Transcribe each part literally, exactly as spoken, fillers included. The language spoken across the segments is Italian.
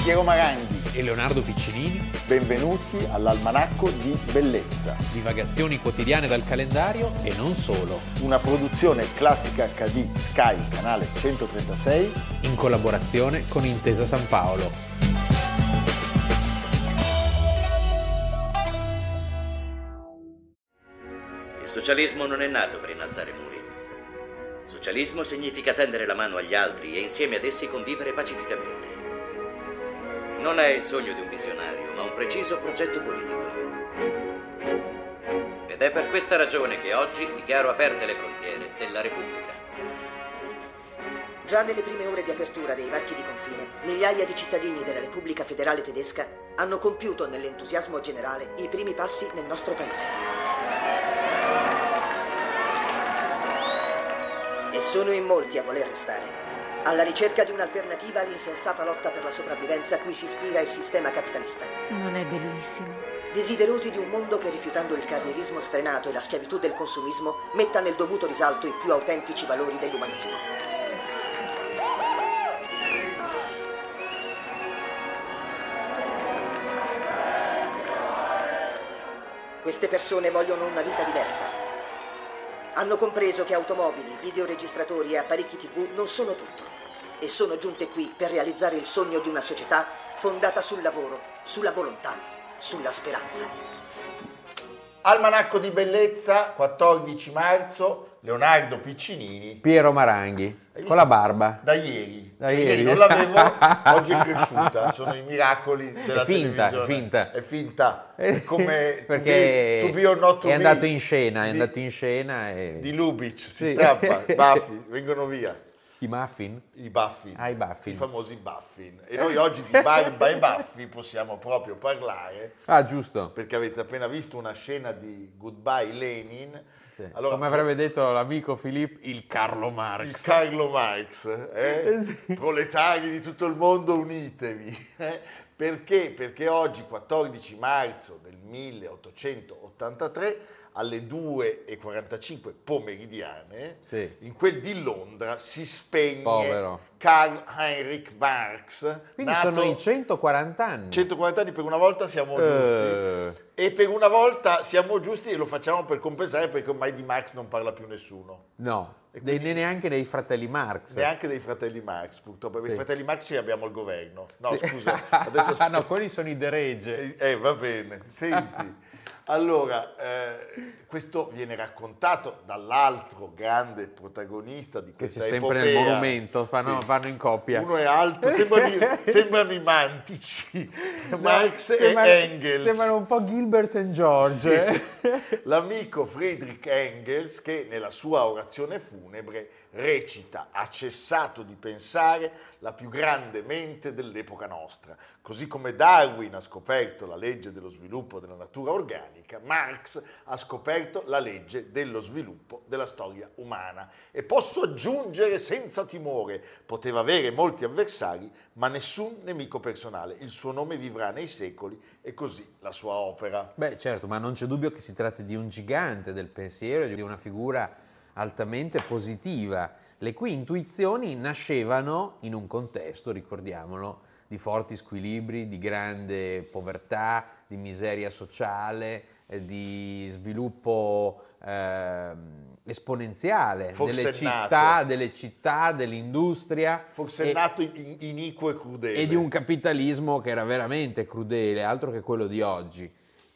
Piero Maranghi e Leonardo Piccinini. Benvenuti all'Almanacco di Bellezza. Divagazioni quotidiane dal calendario e non solo. Una produzione Classica acca di Sky, canale centotrentasei, in collaborazione con Intesa San Paolo. Il socialismo non è nato per innalzare muri. Socialismo significa tendere la mano agli altri e insieme ad essi convivere pacificamente. Non è il sogno di un visionario, ma un preciso progetto politico. Ed è per questa ragione che oggi dichiaro aperte le frontiere della Repubblica. Già nelle prime ore di apertura dei varchi di confine, migliaia di cittadini della Repubblica Federale Tedesca hanno compiuto nell'entusiasmo generale i primi passi nel nostro paese. E sono in molti a voler restare, alla ricerca di un'alternativa all'insensata lotta per la sopravvivenza a cui si ispira il sistema capitalista. Non è bellissimo? Desiderosi di un mondo che, rifiutando il carrierismo sfrenato e la schiavitù del consumismo, metta nel dovuto risalto i più autentici valori dell'umanesimo. Queste persone vogliono una vita diversa. Hanno compreso che automobili, videoregistratori e apparecchi tivù non sono tutto e sono giunte qui per realizzare il sogno di una società fondata sul lavoro, sulla volontà, sulla speranza. Almanacco di Bellezza, quattordici marzo, Leonardo Piccinini. Piero Maranghi, con la barba. Da ieri. Da cioè, ieri. ieri non l'avevo, oggi è cresciuta. Sono i miracoli della è finta, televisione. È finta, è finta. È come perché to be, to be or not to è be. andato in scena, è di, andato in scena e... di Lubitsch, si sì. strappa, i baffi, vengono via. I muffin? I buffin, ah, i buffin, i famosi buffin. E noi oggi di barba e baffi possiamo proprio parlare. Ah, giusto. Perché avete appena visto una scena di Goodbye Lenin. Sì. Allora, come avrebbe detto l'amico Filippo, il Carlo Marx. Il Carlo Marx, eh? Sì. Proletari di tutto il mondo, unitevi. Eh? Perché? Perché oggi, quattordici marzo del milleottocentottantatré, alle due e quarantacinque pomeridiane, sì. in quel di Londra si spegne Povero. Karl Heinrich Marx. Quindi nato sono i centoquaranta anni. centoquaranta anni, per una volta siamo giusti. Uh. E per una volta siamo giusti e lo facciamo per compensare, perché ormai di Marx non parla più nessuno. No, quindi, dei, neanche dei fratelli Marx. Neanche dei fratelli Marx, purtroppo. Sì. I fratelli Marx ce li abbiamo al governo. No, sì. scusa. Adesso ah no, quelli sono i De Regge. Eh, eh va bene. Senti. Allora, eh, questo viene raccontato dall'altro grande protagonista di questa che c'è epopea. Sempre nel monumento, fanno, sì. vanno in coppia. Uno è alto, sembrano, sembrano i mantici, no, Marx sembrano, e Engels. Sembrano un po' Gilbert and George. Sì. L'amico Friedrich Engels, che nella sua orazione funebre recita: ha cessato di pensare la più grande mente dell'epoca nostra. Così come Darwin ha scoperto la legge dello sviluppo della natura organica, Marx ha scoperto la legge dello sviluppo della storia umana. E posso aggiungere senza timore, poteva avere molti avversari, ma nessun nemico personale. Il suo nome vivrà nei secoli e così la sua opera. Beh, certo, ma non c'è dubbio che si tratti di un gigante del pensiero, di una figura altamente positiva, le cui intuizioni nascevano in un contesto, ricordiamolo, di forti squilibri, di grande povertà, di miseria sociale, eh, di sviluppo eh, esponenziale delle città, delle città, dell'industria. Forsennato e, iniquo e crudele. E di un capitalismo che era veramente crudele, altro che quello di oggi.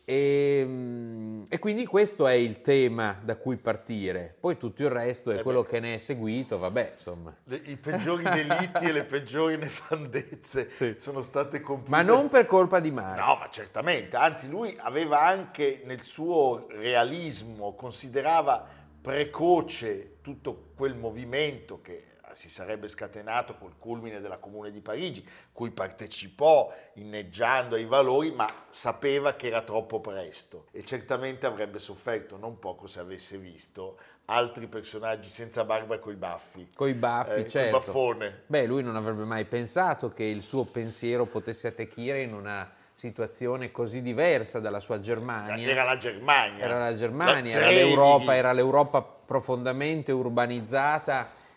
E, e quindi questo è il tema da cui partire, poi tutto il resto è eh quello beh. che ne è seguito, vabbè, insomma. Le, I peggiori delitti e le peggiori nefandezze sì. sono state compiute. Ma non per colpa di Marx. No, ma certamente, anzi lui aveva anche nel suo realismo, considerava precoce tutto quel movimento che si sarebbe scatenato col culmine della Comune di Parigi, cui partecipò inneggiando ai valori, ma sapeva che era troppo presto e certamente avrebbe sofferto non poco se avesse visto altri personaggi senza barba e coi baffi. Coi baffi, eh, certo. Col baffone. Beh, lui non avrebbe mai pensato che il suo pensiero potesse attecchire in una situazione così diversa dalla sua Germania. Era la Germania. Era la Germania, la era l'Europa, era l'Europa profondamente urbanizzata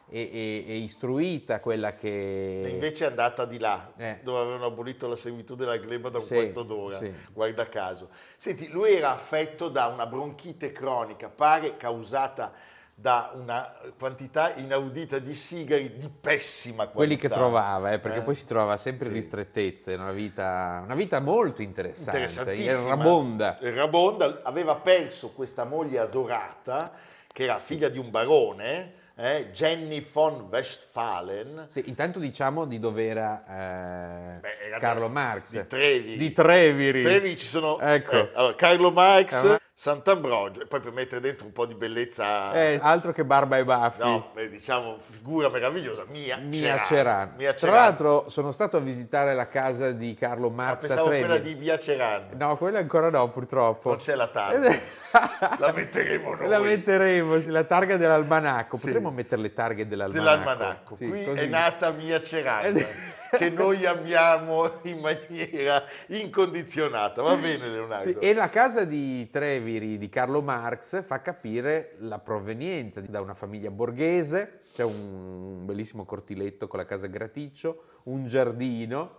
e, e, e istruita, quella che... E invece è andata di là, Eh. dove avevano abolito la servitù della gleba da un Sì, quarto d'ora, sì. guarda caso. Senti, lui era affetto da una bronchite cronica, pare causata da una quantità inaudita di sigari di pessima qualità. Quelli che trovava, eh, perché Eh? poi si trovava sempre in Sì. ristrettezze, una vita, una vita molto interessante, Interessantissima. errabonda. Errabonda, aveva perso questa moglie adorata, che era figlia di un barone, eh, Jenny von Westphalen. Sì, intanto diciamo di dove era, eh, Beh, era Carlo di- Marx. di Treviri. Di Treviri. Treviri ci sono Ecco. eh, allora, Carlo Marx, Carlo Marx. Sant'Ambrogio, e poi per mettere dentro un po' di bellezza, Eh, altro che barba e baffi. no, beh, diciamo figura meravigliosa, Mia, Mia Cerano. Cerano. Mia Tra Cerano. l'altro sono stato a visitare la casa di Carlo Ah, Marx a pensavo Treviri. quella di Via Cerano. No, quella ancora no, purtroppo. Non c'è la targa. La metteremo noi. La metteremo, sì, la targa dell'almanacco. Sì. Potremmo mettere le targhe dell'almanacco. Dell'almanacco. Sì, Qui così. è nata Mia Cerano, che noi amiamo in maniera incondizionata. Va bene, Leonardo? Sì, e la casa di Treviri di Carlo Marx fa capire la provenienza da una famiglia borghese. C'è un bellissimo cortiletto con la casa Graticcio, un giardino,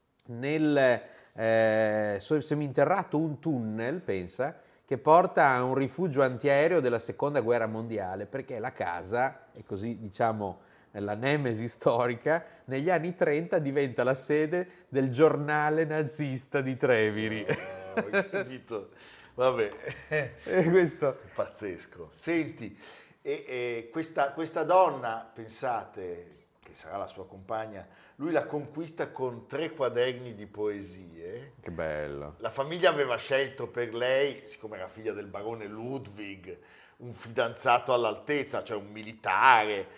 nel eh, seminterrato un tunnel, pensa, che porta a un rifugio antiaereo della seconda guerra mondiale, perché la casa, e così diciamo la nemesi storica, negli anni trenta diventa la sede del giornale nazista di Treviri. Oh, ho capito. Vabbè, E questo... pazzesco. Senti, e, e questa, questa donna, pensate, che sarà la sua compagna, lui la conquista con tre quaderni di poesie. Che bello. La famiglia aveva scelto per lei, siccome era figlia del barone Ludwig, un fidanzato all'altezza, cioè un militare.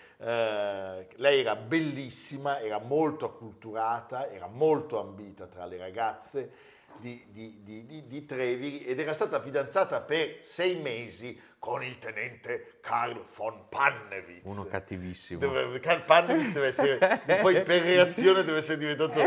Eh, lei era bellissima, era molto acculturata, era molto ambita tra le ragazze di, di, di, di, di Treviri, ed era stata fidanzata per sei mesi con il tenente Karl von Pannewitz. Uno cattivissimo. Deve, Karl Pannewitz deve essere, poi per reazione deve essere diventato...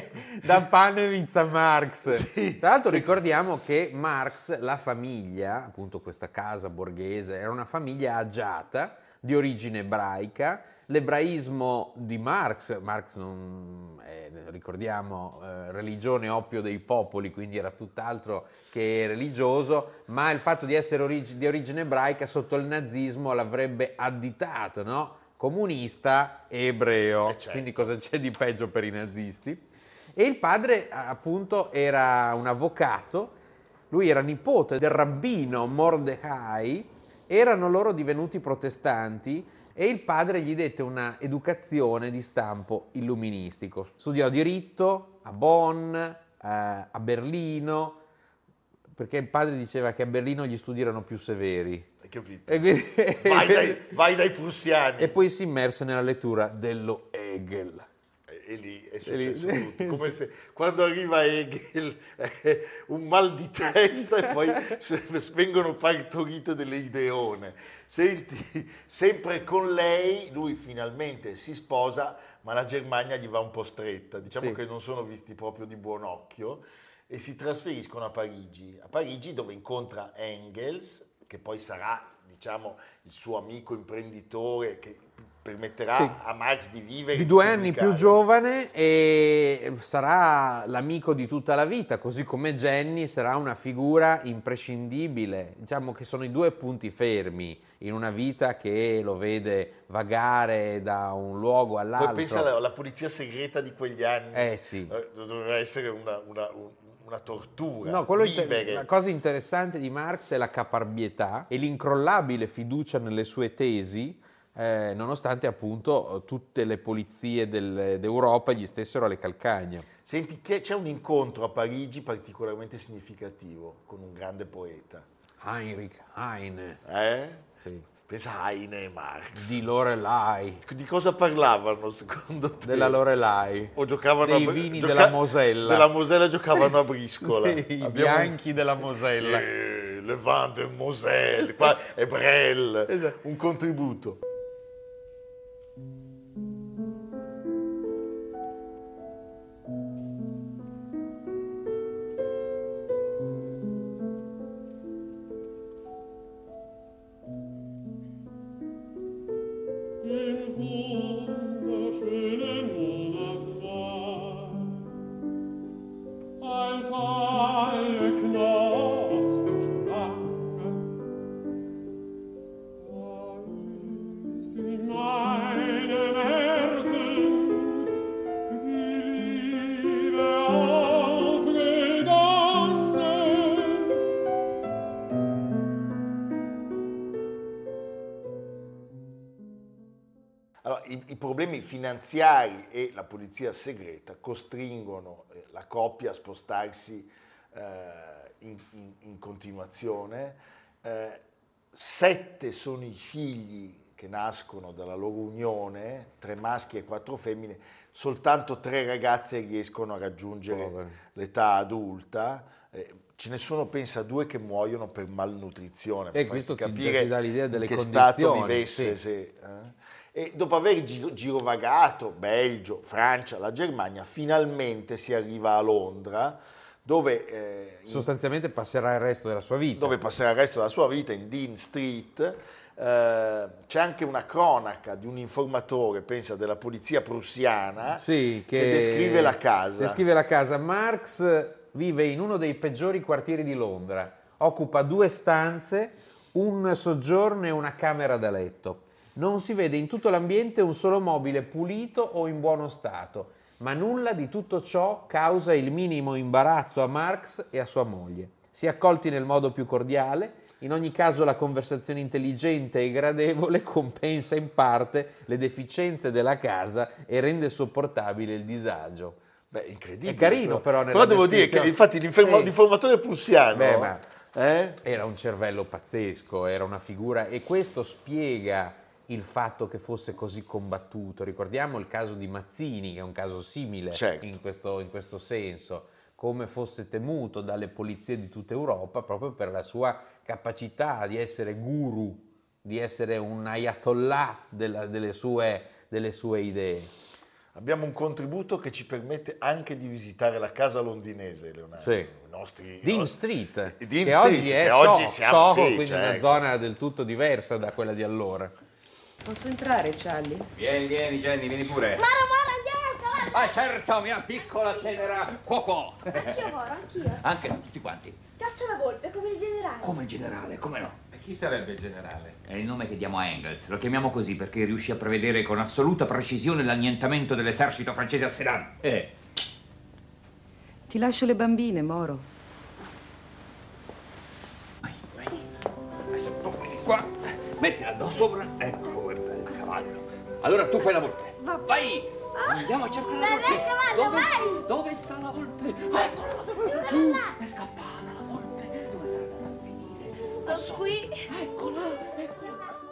Da Pannewitz a Marx. Sì. Tra l'altro ricordiamo che Marx, la famiglia, appunto questa casa borghese, era una famiglia agiata, di origine ebraica. L'ebraismo di Marx, Marx non è, ricordiamo, eh, religione oppio dei popoli, quindi era tutt'altro che religioso, ma il fatto di essere orig- di origine ebraica sotto il nazismo l'avrebbe additato, no? Comunista e ebreo, Eh, certo. quindi cosa c'è di peggio per i nazisti? E il padre appunto era un avvocato, lui era nipote del rabbino Mordecai, erano loro divenuti protestanti e il padre gli dette una educazione di stampo illuministico. Studiò diritto a Bonn, eh, a Berlino, perché il padre diceva che a Berlino gli studi erano più severi. Hai capito? E, quindi- Vai dai, vai dai prussiani. e poi si immerse nella lettura dello Hegel. E lì è E lì- successo tutto, come se quando arriva Hegel eh, un mal di testa e poi s- vengono partorite delle ideone. Senti, sempre con lei, lui finalmente si sposa, ma la Germania gli va un po' stretta, diciamo Sì. che non sono visti proprio di buon occhio, e si trasferiscono a Parigi, a Parigi dove incontra Engels, che poi sarà, diciamo, il suo amico imprenditore che permetterà Sì. a Marx di vivere Di e due di anni più pubblicare. giovane, e sarà l'amico di tutta la vita, così come Jenny sarà una figura imprescindibile. Diciamo che sono i due punti fermi in una vita che lo vede vagare da un luogo Poi all'altro. pensa alla, alla polizia segreta di quegli anni. Eh sì. Eh, doveva essere una, una- una tortura. No, quello inter- vivere. la cosa interessante di Marx è la caparbietà e l'incrollabile fiducia nelle sue tesi, eh, nonostante appunto tutte le polizie del- d'Europa gli stessero alle calcagna. Senti, che c'è un incontro a Parigi particolarmente significativo con un grande poeta. Heinrich Heine, Eh? sì, Pensa a Heine e Marx. di Lorelai, Di cosa parlavano secondo te? della Lorelai, O giocavano dei a, vini gioca- della Mosella. Della Mosella giocavano a briscola. Sì, i Abbiamo- bianchi della Mosella. Eh, le vin de Moselle, qua è Brel, Esatto. un contributo. In Allora, i, i problemi finanziari e la polizia segreta costringono eh, la coppia a spostarsi eh, in, in, in continuazione. Eh, sette sono i figli che nascono dalla loro unione, tre maschi e quattro femmine, soltanto tre ragazze riescono a raggiungere Poveri. l'età adulta. Eh, ce ne sono, pensa, due che muoiono per malnutrizione, per e questo ti, capire ti dà l'idea delle in che condizioni, stato vivesse. Sì. Se, eh? E dopo aver giro, girovagato Belgio, Francia, la Germania, finalmente si arriva a Londra, dove eh, sostanzialmente in, passerà il resto della sua vita. Dove passerà il resto della sua vita, in Dean Street. Eh, c'è anche una cronaca di un informatore, pensa, della polizia prussiana, sì, che, che descrive la casa. Descrive la casa. Marx vive in uno dei peggiori quartieri di Londra, occupa due stanze, un soggiorno e una camera da letto. Non si vede in tutto l'ambiente un solo mobile pulito o in buono stato, ma nulla di tutto ciò causa il minimo imbarazzo a Marx e a sua moglie. Si è accolti nel modo più cordiale, in ogni caso la conversazione intelligente e gradevole compensa in parte le deficienze della casa e rende sopportabile il disagio. Beh, incredibile. È carino però, però però devo dire che infatti l'inform- sì. l'informatore prussiano Beh, ma eh? era un cervello pazzesco, era una figura, e questo spiega il fatto che fosse così combattuto. Ricordiamo il caso di Mazzini, che è un caso simile, certo, in questo, in questo senso, come fosse temuto dalle polizie di tutta Europa proprio per la sua capacità di essere guru, di essere un ayatollah della, delle, sue, delle sue idee. Abbiamo un contributo che ci permette anche di visitare la casa londinese, Leonardo. Sì. I nostri, Dean nostri, Street, Dean che Street, oggi è che Soho, oggi siamo, Soho, sì, quindi certo. una zona del tutto diversa da quella di allora. Posso entrare, Charlie? Vieni, vieni, Jenny, vieni pure. Mara, Mara, andiamo al cavallo! Ah, certo, mia piccola tenera cuoco. Anch'io, Moro, anch'io. Anche tutti quanti. Caccia la volpe, come il generale. Come il generale, come no? E chi sarebbe il generale? È il nome che diamo a Engels. Lo chiamiamo così perché riuscì a prevedere con assoluta precisione l'annientamento dell'esercito francese a Sedan. Eh. Ti lascio le bambine, Moro. Vai, vai. Adesso tu vieni qua. Mettila da sopra. Ecco il bel cavallo. Allora tu fai la volpe. Va. Vai! Andiamo a cercare la Vai, volpe. vai, cavallo, dove, vai! Dove sta la volpe? Eccola! Eccola là. È scappata la volpe. Dove sarà andata a finire? Sto qui. Eccola, eccola.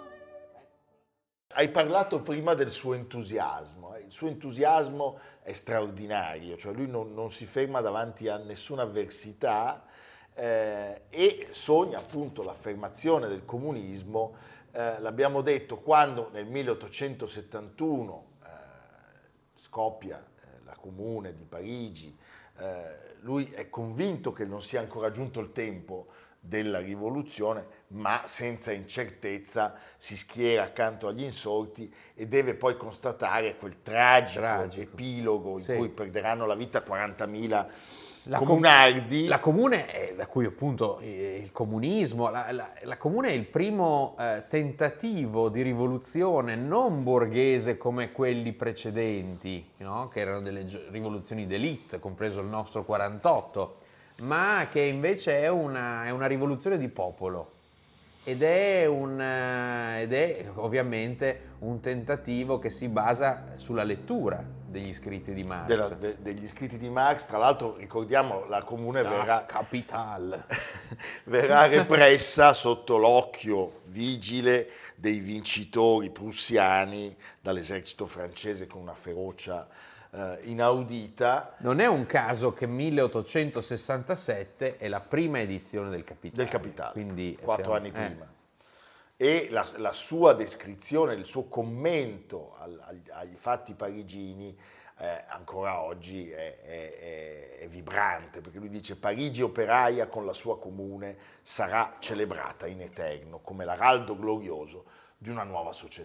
Hai parlato prima del suo entusiasmo. Il suo entusiasmo è straordinario, cioè lui non, non si ferma davanti a nessuna avversità eh, e sogna appunto l'affermazione del comunismo. Eh, l'abbiamo detto, quando nel milleottocentosettantuno eh, scoppia eh, la Comune di Parigi, eh, lui è convinto che non sia ancora giunto il tempo della rivoluzione, ma senza incertezza si schiera accanto agli insorti e deve poi constatare quel tragico, tragico. epilogo in sì. cui perderanno la vita quarantamila la comunardi. Com- la Comune, è, da cui appunto il comunismo, la, la, la Comune è il primo eh, tentativo di rivoluzione non borghese come quelli precedenti, no? Che erano delle rivoluzioni d'élite, compreso il nostro quarantotto, ma che invece è una, è una rivoluzione di popolo ed è, un, ed è ovviamente un tentativo che si basa sulla lettura degli scritti di Marx. Della, de, degli scritti di Marx, tra l'altro ricordiamo la Comune Das verrà, Kapital. verrà repressa sotto l'occhio vigile dei vincitori prussiani dall'esercito francese con una ferocia Uh, inaudita. Non è un caso che milleottocentosessantasette è la prima edizione del Capitale. Del Capitale, quindi quattro siamo, anni eh. prima. E la, la sua descrizione, il suo commento al, al, ai fatti parigini eh, ancora oggi è, è, è vibrante, perché lui dice: Parigi operaia con la sua Comune sarà celebrata in eterno come l'araldo glorioso di una nuova società.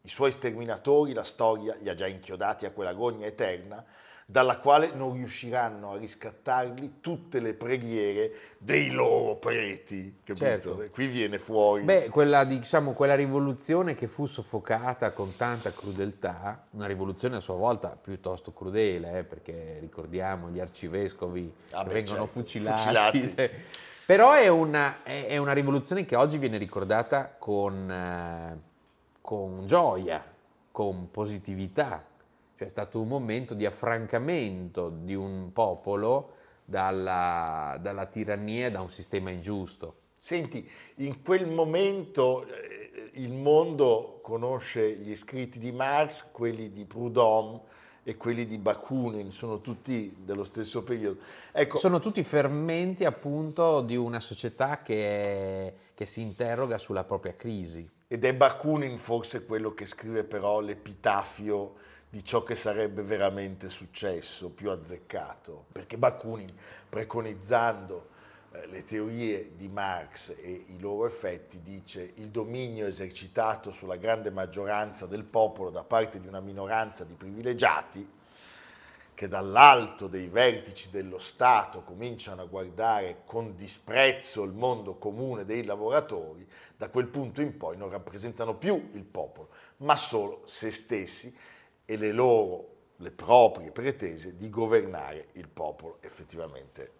I suoi sterminatori la storia li ha già inchiodati a quella gogna eterna dalla quale non riusciranno a riscattarli tutte le preghiere dei loro preti, capito? Certo. E qui viene fuori. Beh, quella, diciamo, quella rivoluzione che fu soffocata con tanta crudeltà, una rivoluzione a sua volta piuttosto crudele, eh, perché ricordiamo gli arcivescovi Ah, che beh, vengono certo, fucilati. fucilati. Cioè, però è una, è, è una rivoluzione che oggi viene ricordata con, eh, con gioia, con positività. Cioè è stato un momento di affrancamento di un popolo dalla, dalla tirannia e da un sistema ingiusto. Senti, in quel momento eh, il mondo conosce gli scritti di Marx, quelli di Proudhon e quelli di Bakunin, sono tutti dello stesso periodo. Ecco, Sono tutti fermenti appunto di una società che, è- che si interroga sulla propria crisi. ed è Bakunin forse quello che scrive però l'epitafio di ciò che sarebbe veramente successo, più azzeccato, perché Bakunin, preconizzando eh, le teorie di Marx e i loro effetti, dice: il dominio esercitato sulla grande maggioranza del popolo da parte di una minoranza di privilegiati che dall'alto dei vertici dello Stato cominciano a guardare con disprezzo il mondo comune dei lavoratori, da quel punto in poi non rappresentano più il popolo, ma solo se stessi e le loro, le proprie pretese di governare il popolo. Effettivamente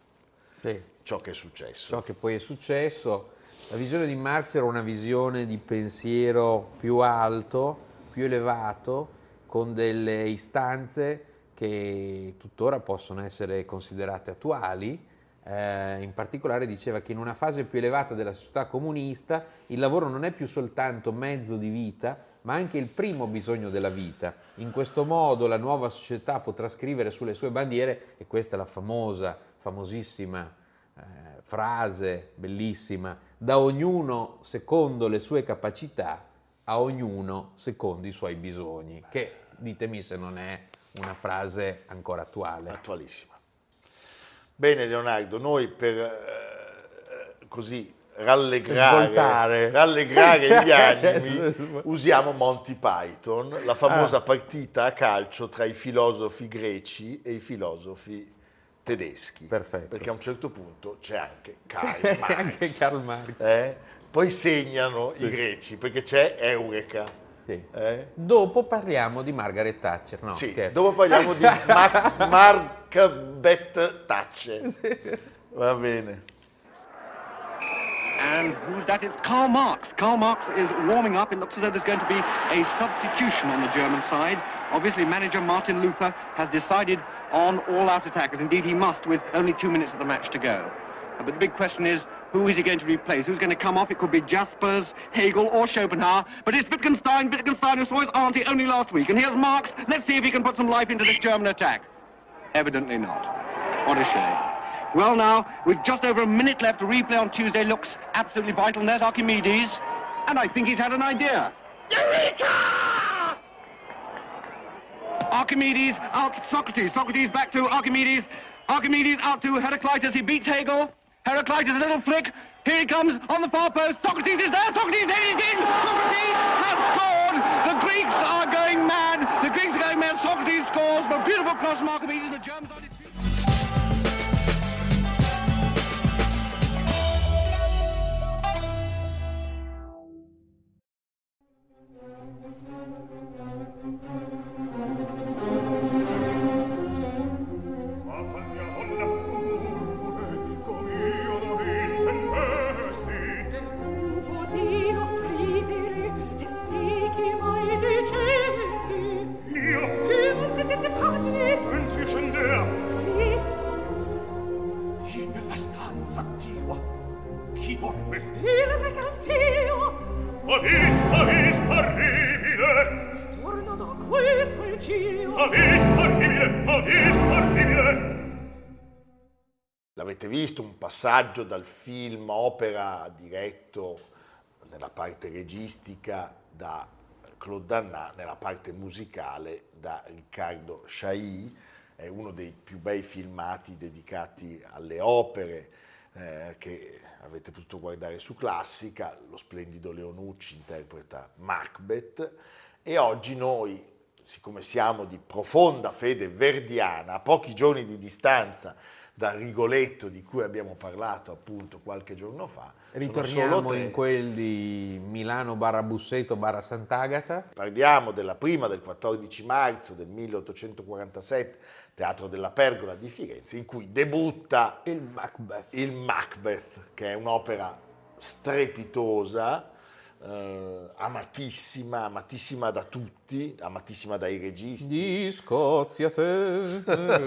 Sì. ciò che è successo. Ciò che poi è successo, la visione di Marx era una visione di pensiero più alto, più elevato, con delle istanze che tuttora possono essere considerate attuali. Eh, in particolare diceva che in una fase più elevata della società comunista il lavoro non è più soltanto mezzo di vita, ma anche il primo bisogno della vita. In questo modo la nuova società potrà scrivere sulle sue bandiere, e questa è la famosa, famosissima eh, frase bellissima: da ognuno secondo le sue capacità, a ognuno secondo i suoi bisogni, che ditemi se non è una frase ancora attuale. Attualissima. Bene Leonardo, noi per eh, così rallegrare, Svoltare. rallegrare gli animi usiamo Monty Python, la famosa Ah. partita a calcio tra i filosofi greci e i filosofi tedeschi. Perfetto. Perché a un certo punto c'è anche Karl Marx. Anche Karl Marx. Eh? Poi segnano i greci perché c'è Eureka. Sì. Eh? Dopo parliamo di Margaret Thatcher, no? Sì, scherzo. dopo parliamo di Mar- Margaret Thatcher. Va bene. And who's that? It's Karl Marx. Karl Marx is warming up. It looks as though there's going to be a substitution on the German side. Obviously, manager Martin Luther has decided on all-out attackers. Indeed, he must, with only two minutes of the match to go. Uh, But the big question is, who is he going to replace? Who's going to come off? It could be Jaspers, Hegel, or Schopenhauer. But it's Wittgenstein, Wittgenstein who saw his auntie only last week. And here's Marx. Let's see if he can put some life into this German attack. Evidently not. What a shame. Well now, with just over a minute left, the replay on Tuesday looks absolutely vital. And there's Archimedes. And I think he's had an idea. Eureka! Archimedes out to Socrates. Socrates back to Archimedes. Archimedes out to Heraclitus. He beats Hegel. Heraclitus, a little flick. Here he comes on the far post. Socrates is there. Socrates, there he is. Socrates has scored. The Greeks are going mad. The Greeks are going mad. Socrates scores. A beautiful cross from Archimedes. The Germans on it. L'avete visto un passaggio dal film opera diretto nella parte registica da Claude Dannat, nella parte musicale da Riccardo Chailly. È uno dei più bei filmati dedicati alle opere eh, che avete potuto guardare su Classica. Lo splendido Leonucci interpreta Macbeth, e oggi noi, siccome siamo di profonda fede verdiana, a pochi giorni di distanza dal Rigoletto di cui abbiamo parlato appunto qualche giorno fa, ritorniamo in quel di Milano barra Busseto barra Sant'Agata. Parliamo della prima del quattordici marzo del milleottocentoquarantasette, Teatro della Pergola di Firenze, in cui debutta il Macbeth, il Macbeth che è un'opera strepitosa, eh, amatissima, amatissima da tutti, amatissima dai registi. Di Scozia te,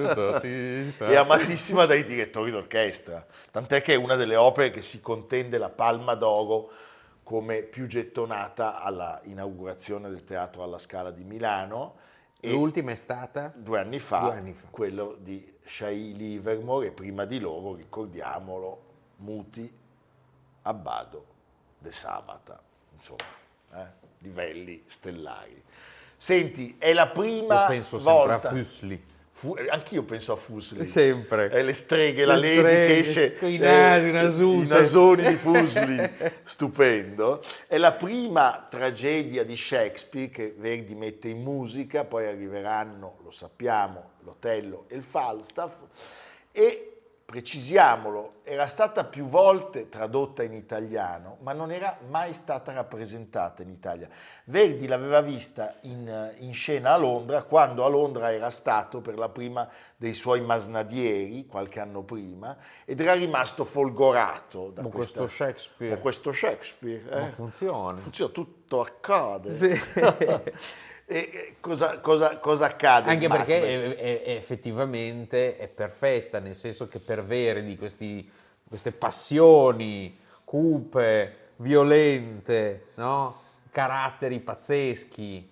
e amatissima dai direttori d'orchestra, tant'è che è una delle opere che si contende la Palma d'Oro come più gettonata alla inaugurazione del Teatro alla Scala di Milano. E l'ultima è stata? Due anni fa, Due anni fa. quello di Shai Livermore, e prima di loro, ricordiamolo, Muti, Abbado, De Sabata, insomma, eh, livelli stellari. Senti, è la prima Io penso volta... sempre a Fuseli. Fu, anch'io penso a Fuseli. Sempre. Eh, le streghe, Le la Lady streghe, che esce... con i nasi, eh, nasute. I nasoni di Fuseli, stupendo. È la prima tragedia di Shakespeare che Verdi mette in musica, poi arriveranno, lo sappiamo, l'Otello e il Falstaff, e precisiamolo, era stata più volte tradotta in italiano, ma non era mai stata rappresentata in Italia. Verdi l'aveva vista in, in scena a Londra, quando a Londra era stato per la prima dei suoi Masnadieri, qualche anno prima, ed era rimasto folgorato da Ma questa, questo Shakespeare. da questo Shakespeare. Eh? Ma funziona. Funziona, tutto accade. Sì. E cosa, cosa, cosa accade? Anche in perché Macbeth? è, è, effettivamente è perfetta, nel senso che per Verdi questi, queste passioni cupe, violente, no? Caratteri pazzeschi,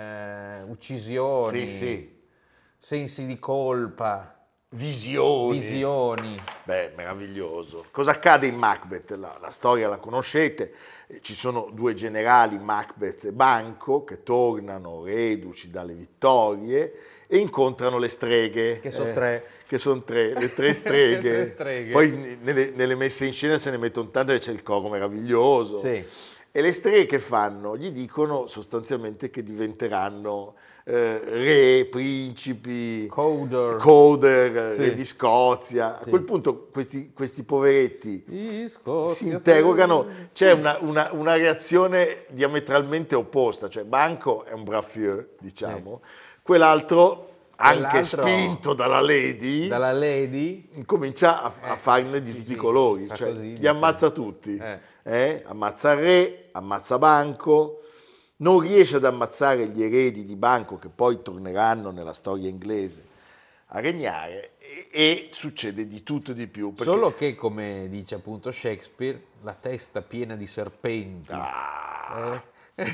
eh, uccisioni, Sì, sì. sensi di colpa, Visioni. visioni. Beh, meraviglioso. Cosa accade in Macbeth? La, la storia la conoscete, ci sono due generali, Macbeth e Banco, che tornano reduci dalle vittorie e incontrano le streghe. Che sono eh, tre. Che sono tre, le tre streghe. Le tre streghe. Poi nelle, nelle messe in scena se ne mettono tante, c'è il coro meraviglioso. Sì. E le streghe che fanno? Gli dicono sostanzialmente che diventeranno eh, re, principi, Coder, coder sì. re di Scozia. Sì. A quel punto questi, questi poveretti Di Scozia si interrogano, c'è una, una, una reazione diametralmente opposta, cioè Banco è un brafieux, diciamo, quell'altro, anche Quell'altro, spinto dalla Lady, dalla Lady, comincia a, a Eh, farne di sì, tutti sì, i colori, fa cioè così, li ammazza tutti, Eh. eh? Ammazza il re, ammazza Banco, non riesce ad ammazzare gli eredi di Banco che poi torneranno nella storia inglese a regnare, e, e succede di tutto e di più. Perché... Solo che, come dice appunto Shakespeare, la testa piena di serpenti Ah.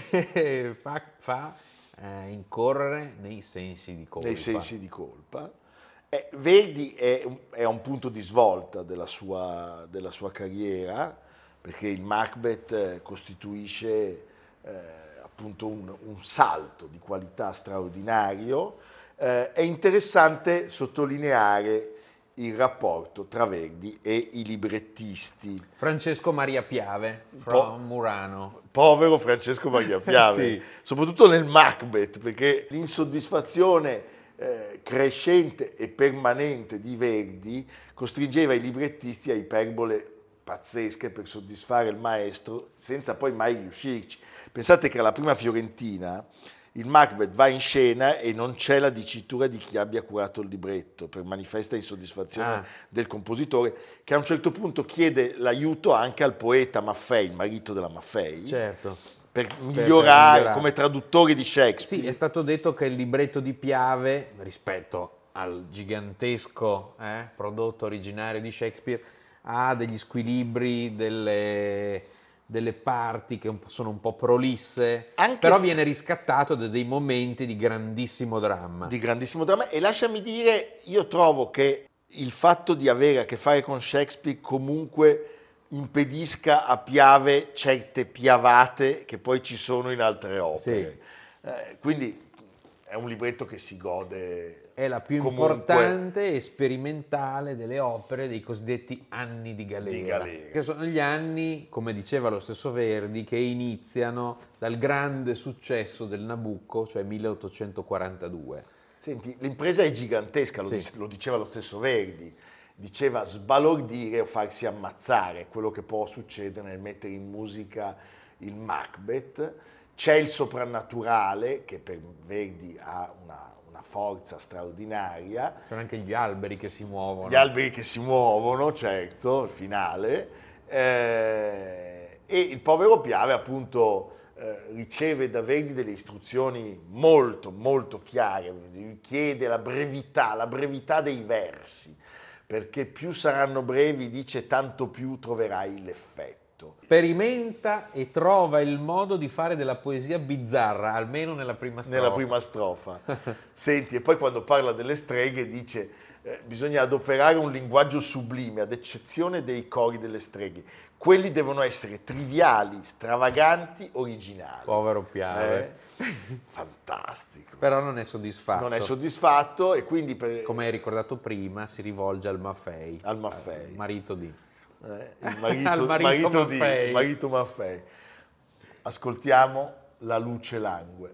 eh, fa, fa eh, incorrere nei sensi di colpa. nei sensi di colpa. Eh, Verdi è un, è un punto di svolta della sua, della sua carriera, perché il Macbeth eh, costituisce eh, appunto un, un salto di qualità straordinario. Eh, è interessante sottolineare il rapporto tra Verdi e i librettisti. Francesco Maria Piave, Po- from Murano. Povero Francesco Maria Piave, Sì. soprattutto nel Macbeth, perché l'insoddisfazione eh, crescente e permanente di Verdi costringeva i librettisti a iperbole pazzesche per soddisfare il maestro, senza poi mai riuscirci. Pensate che alla prima Fiorentina il Macbeth va in scena e non c'è la dicitura di chi abbia curato il libretto, per manifesta insoddisfazione Ah. del compositore, che a un certo punto chiede l'aiuto anche al poeta Maffei, il marito della Maffei, Certo. per per migliorare migliorare. come traduttori di Shakespeare. Sì, è stato detto che il libretto di Piave, rispetto al gigantesco eh, prodotto originario di Shakespeare, ha degli squilibri, delle, delle parti che un po' sono un po' prolisse, Anche però se- viene riscattato da dei momenti di grandissimo dramma. Di grandissimo dramma. E lasciami dire, io trovo che il fatto di avere a che fare con Shakespeare comunque impedisca a Piave certe piavate che poi ci sono in altre opere. Eh, quindi è un libretto che si gode. È la più comunque importante e sperimentale delle opere dei cosiddetti anni di galera, Di galera. che sono gli anni, come diceva lo stesso Verdi, che iniziano dal grande successo del Nabucco, cioè milleottocentoquarantadue. Senti, l'impresa è gigantesca, lo, Sì. dis- lo diceva lo stesso Verdi, diceva sbalordire o farsi ammazzare, quello che può succedere nel mettere in musica il Macbeth. C'è il soprannaturale, che per Verdi ha una, una forza straordinaria. Sono anche gli alberi che si muovono. Gli alberi che si muovono, certo, il finale. Eh, e il povero Piave, appunto, eh, riceve da Verdi delle istruzioni molto, molto chiare. Gli chiede la brevità, la brevità dei versi, perché più saranno brevi, dice, tanto più troverai l'effetto. Sperimenta e trova il modo di fare della poesia bizzarra, almeno nella prima strofa. Nella prima strofa. Senti, e poi quando parla delle streghe dice eh, bisogna adoperare un linguaggio sublime, ad eccezione dei cori delle streghe. Quelli devono essere triviali, stravaganti, originali. Povero Piave. Eh? Fantastico. Però non è soddisfatto. Non è soddisfatto e quindi... Per... Come hai ricordato prima, si rivolge al Maffei. Al Maffei. Al marito di... Eh, il marito, Al marito marito di Maffei. marito Maffei. Ascoltiamo La luce langue.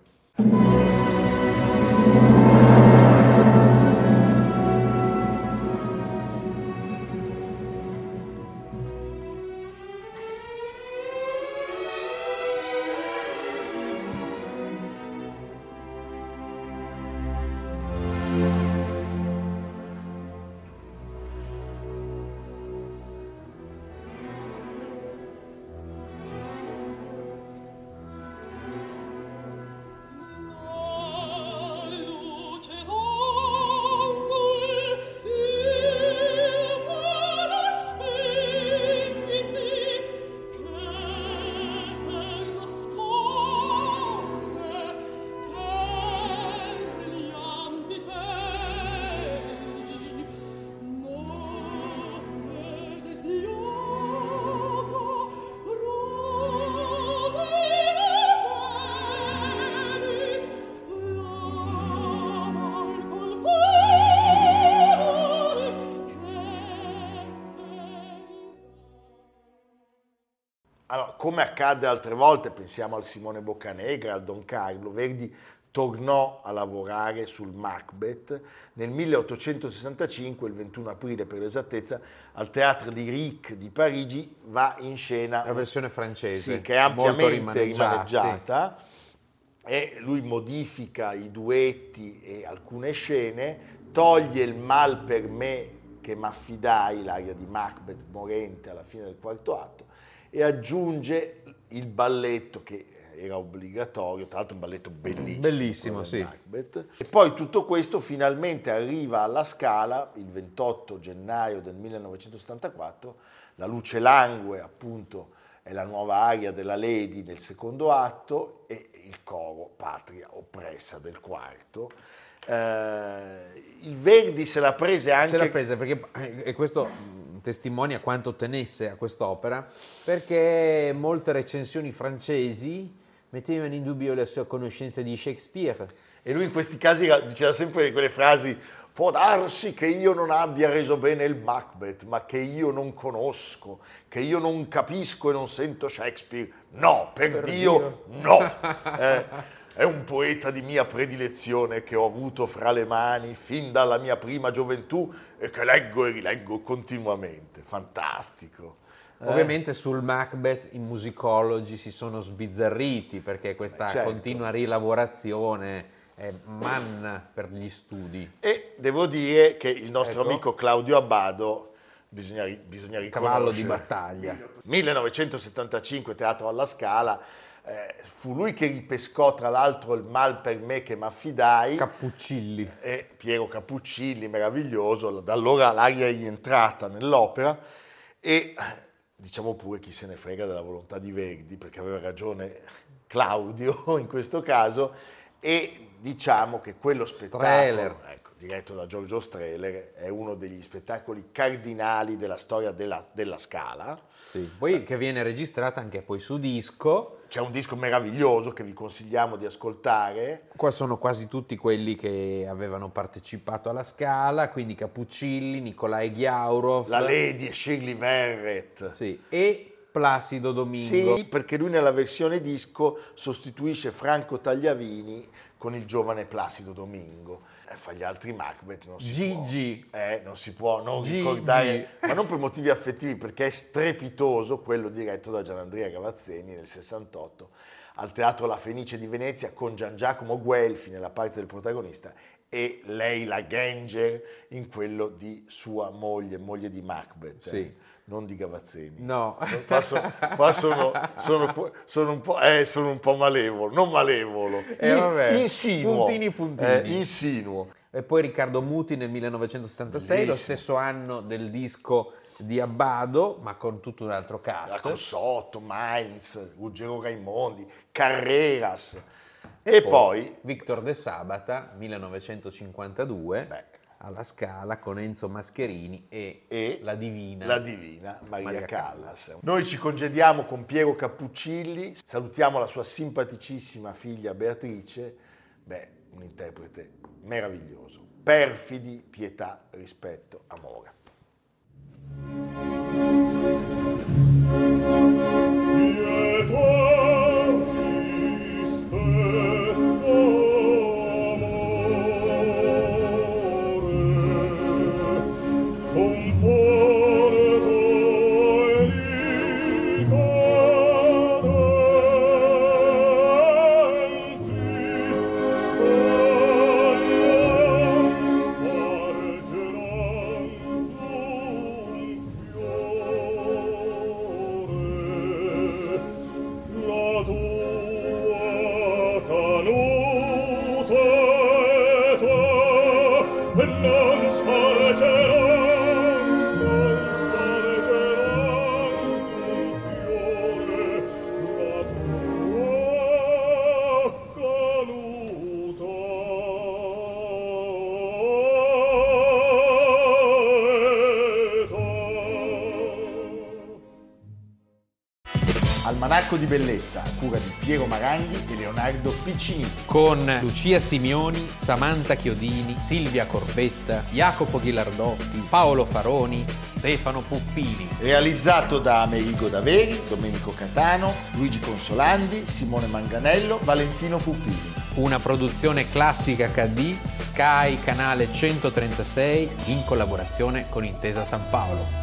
Allora, come accadde altre volte, pensiamo al Simone Boccanegra, al Don Carlo, Verdi tornò a lavorare sul Macbeth nel milleottocentosessantacinque, il ventuno aprile per l'esattezza, al Théâtre Lyrique di Parigi va in scena La versione francese. sì, che è molto ampiamente rimaneggiata, rimaneggiata e lui modifica i duetti e alcune scene, toglie il mal per me che m'affidai, l'aria di Macbeth morente alla fine del quarto atto, e aggiunge il balletto che era obbligatorio, tra l'altro un balletto bellissimo. Bellissimo, sì. Macbeth. E poi tutto questo finalmente arriva alla Scala il ventotto gennaio del millenovecentosettantaquattro, La luce langue appunto è la nuova aria della Lady nel secondo atto e il coro Patria oppressa del quarto. Eh, il Verdi se l'ha prese anche... Se l'ha presa perché, e questo testimonia quanto tenesse a quest'opera, perché molte recensioni francesi mettevano in dubbio la sua conoscenza di Shakespeare. E lui in questi casi diceva sempre quelle frasi: può darsi che io non abbia reso bene il Macbeth, ma che io non conosco, che io non capisco e non sento Shakespeare. No, per, Per Dio, Dio. no! Eh, è un poeta di mia predilezione che ho avuto fra le mani fin dalla mia prima gioventù e che leggo e rileggo continuamente. Fantastico. Eh. Ovviamente sul Macbeth i musicologi si sono sbizzarriti perché questa Certo. continua rilavorazione è manna per gli studi. E devo dire che il nostro Ecco. amico Claudio Abbado, bisogna, bisogna riconoscere... Cavallo di battaglia. millenovecentosettantacinque, Teatro alla Scala, eh, fu lui che ripescò tra l'altro il mal per me che m'affidai. Cappuccilli. E Piero Cappuccilli, meraviglioso, da allora l'aria è rientrata nell'opera e diciamo pure chi se ne frega della volontà di Verdi, perché aveva ragione Claudio in questo caso, e diciamo che quello spettacolo, Strehler. ecco, diretto da Giorgio Strehler, è uno degli spettacoli cardinali della storia della, della Scala. Sì, poi che viene registrata anche poi su disco. C'è un disco meraviglioso che vi consigliamo di ascoltare. Qua sono quasi tutti quelli che avevano partecipato alla Scala, quindi Capuccilli, Nikolai Ghiaurov, La Lady e Shirley Verrett. Sì, e Placido Domingo. Sì, perché lui nella versione disco sostituisce Franco Tagliavini con il giovane Placido Domingo. Eh, fa gli altri Macbeth non si Gigi. può. Eh, non si può non Gigi. ricordare, ma non per motivi affettivi, perché è strepitoso quello diretto da Gianandrea Gavazzeni nel sessantotto al Teatro La Fenice di Venezia con Gian Giacomo Guelfi nella parte del protagonista e Leila Ganger in quello di sua moglie, moglie di Macbeth. Sì. Eh. Non di Gavazzeni. No. Qua, sono, qua sono, sono, sono, un po', eh, sono un po' malevolo, non malevolo, Eh, in- vabbè. insinuo. Puntini, puntini. Eh, insinuo. E poi Riccardo Muti nel millenovecentosettantasei, lo Bellissimo. stesso anno del disco di Abbado, ma con tutto un altro La cast. Consotto, Mainz, Ruggero Raimondi, Carreras. E, poi, Victor De Sabata, millenovecentocinquantadue, beh, alla Scala con Enzo Mascherini e, e la divina, la divina Maria, Maria Callas. Callas. Noi ci congediamo con Piero Cappuccilli, salutiamo la sua simpaticissima figlia Beatrice, beh, un interprete meraviglioso. Perfidi, pietà, rispetto, amore. Almanacco di bellezza a cura di Piero Maranghi e Leonardo Piccini. con Lucia Simioni, Samantha Chiodini, Silvia Corbetta, Jacopo Ghilardotti, Paolo Faroni, Stefano Puppini. Realizzato da Amerigo Daveri, Domenico Catano, Luigi Consolandi, Simone Manganello, Valentino Puppini. Una produzione Classica acca di, Sky canale centotrentasei in collaborazione con Intesa San Paolo.